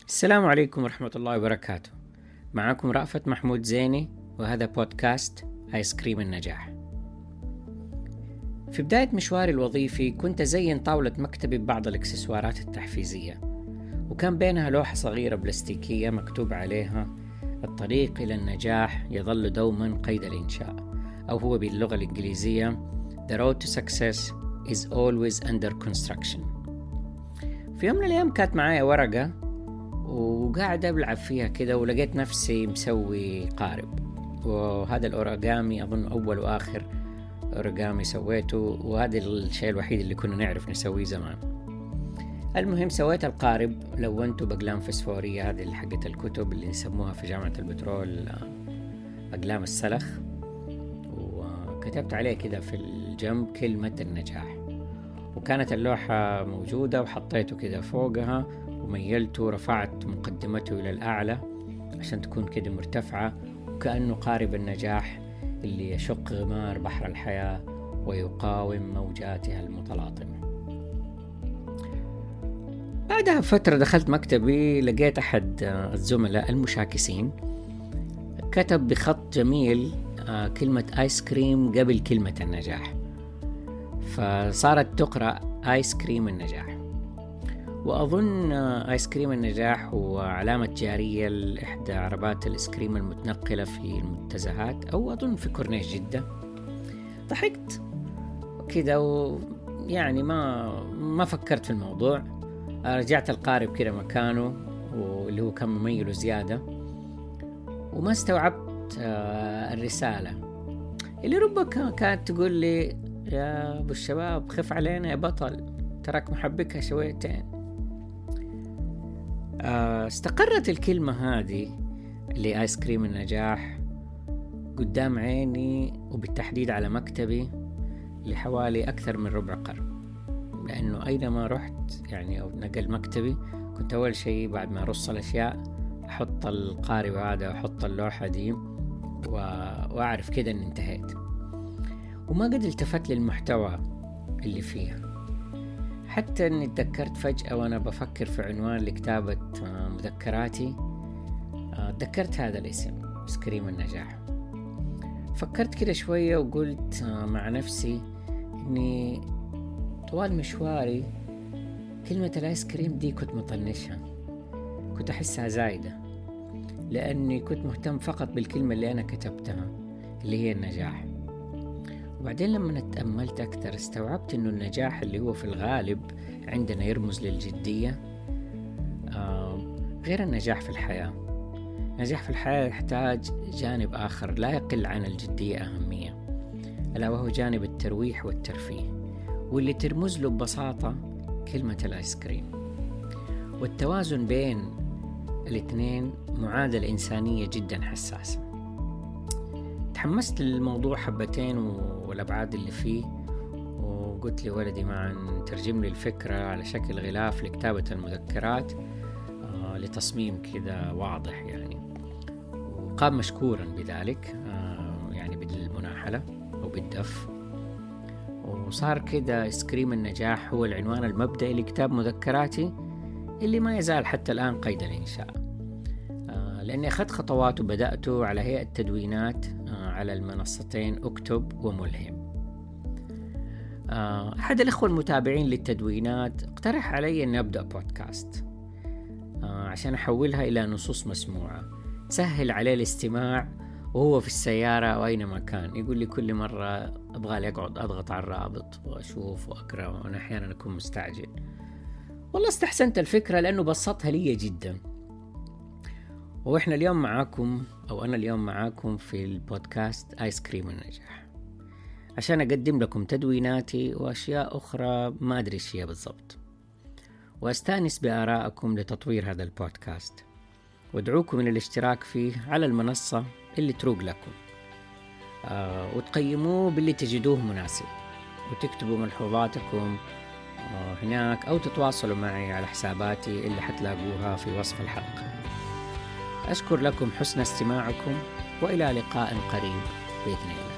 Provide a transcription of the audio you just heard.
السلام عليكم ورحمة الله وبركاته. معكم رأفت محمود زيني، وهذا بودكاست آيس كريم النجاح. في بداية مشواري الوظيفي كنت أزين طاولة مكتبي ببعض الإكسسوارات التحفيزية، وكان بينها لوحة صغيرة بلاستيكية مكتوب عليها: الطريق إلى النجاح يظل دوما قيد الإنشاء، أو هو باللغة الإنجليزية The road to success is always under construction. في يوم من الأيام كانت معايا ورقة وقاعد ألعب فيها كده، ولقيت نفسي مسوي قارب، وهذا الأوريجامي أظن أول وآخر أوريجامي سويته، وهذا الشيء الوحيد اللي كنا نعرف نسويه زمان. المهم سويت القارب، لونته بأقلام فسفورية، هذه حقة الكتب اللي نسموها في جامعة البترول أقلام السلخ، وكتبت عليه كده في الجنب كلمة النجاح، وكانت اللوحة موجودة وحطيته كده فوقها وميلته ورفعت مقدمته إلى الأعلى عشان تكون كده مرتفعة، وكأنه قارب النجاح اللي يشق غمار بحر الحياة ويقاوم موجاتها المتلاطمة. بعدها فترة دخلت مكتبي، لقيت أحد الزملاء المشاكسين كتب بخط جميل كلمة آيس كريم قبل كلمة النجاح، فصارت تقرأ آيس كريم النجاح. وأظن آيس كريم النجاح هو علامة جارية لإحدى عربات الآيس كريم المتنقلة في المنتزهات، أو أظن في كورنيش جدة. ضحكت كده ويعني ما فكرت في الموضوع. رجعت القارب كده مكانه، واللي هو كان مميله زيادة، وما استوعبت الرسالة اللي ربما كانت تقول لي: يا أبو الشباب خف علينا يا بطل، تراك محبكها شويتين. استقرت الكلمة هذه اللي آيس كريم النجاح قدام عيني، وبالتحديد على مكتبي، لحوالي أكثر من ربع قرن، لأنه أينما رحت أو نقل مكتبي كنت أول شيء بعد ما أرص الأشياء أحط القارب هذا وأحط اللوحة دي وأعرف كده أن انتهيت، وما قد التفت للمحتوى اللي فيها، حتى أني تذكرت فجأة وأنا بفكر في عنوان لكتابة مذكراتي، تذكرت هذا الاسم آيس كريم النجاح. فكرت كده شوية وقلت مع نفسي أني طوال مشواري كلمة الآيس كريم دي كنت مطنشها، كنت أحسها زايدة، لأني كنت مهتم فقط بالكلمة اللي أنا كتبتها اللي هي النجاح. وبعدين لما تأملت أكثر استوعبت أنه النجاح اللي هو في الغالب عندنا يرمز للجدية، غير النجاح في الحياة. النجاح في الحياة يحتاج جانب آخر لا يقل عن الجدية أهمية، ألا وهو جانب الترويح والترفيه، واللي ترمز له ببساطة كلمة الآيس كريم. والتوازن بين الاثنين معادلة إنسانية جدا حساسة. تحمست للموضوع حبتين والأبعاد اللي فيه، وقلت لي ولدي معا ترجم لي الفكرة على شكل غلاف لكتابة المذكرات لتصميم كذا واضح وقام مشكورا بذلك بالمناحلة أو بالدف، وصار كده آيس كريم النجاح هو العنوان المبدئي لكتاب مذكراتي اللي ما يزال حتى الآن قيد الإنشاء، لأني أخذت خطوات وبدأته على هيئة تدوينات على المنصتين أكتب وملهم. أحد الأخوة المتابعين للتدوينات اقترح علي أن أبدأ بودكاست عشان أحولها إلى نصوص مسموعة تسهل عليه الاستماع وهو في السيارة أو أينما كان. يقول لي كل مرة أبغى لي أقعد أضغط على الرابط وأشوف وأقرأ، وأنا أحيانا أكون مستعجل. والله استحسنت الفكرة لأنه بسطها لي جدا. وإحنا اليوم معاكم، أو أنا اليوم معاكم في البودكاست آيس كريم النجاح، عشان أقدم لكم تدويناتي وأشياء أخرى ما أدري إيش هي بالضبط، وأستانس بآرائكم لتطوير هذا البودكاست، وادعوكم إلى الاشتراك فيه على المنصة اللي تروق لكم، وتقيموه باللي تجدوه مناسب، وتكتبوا ملحوظاتكم هناك، أو تتواصلوا معي على حساباتي اللي حتلاقوها في وصف الحلقة. أشكر لكم حسن استماعكم، وإلى لقاء قريب بإذن الله.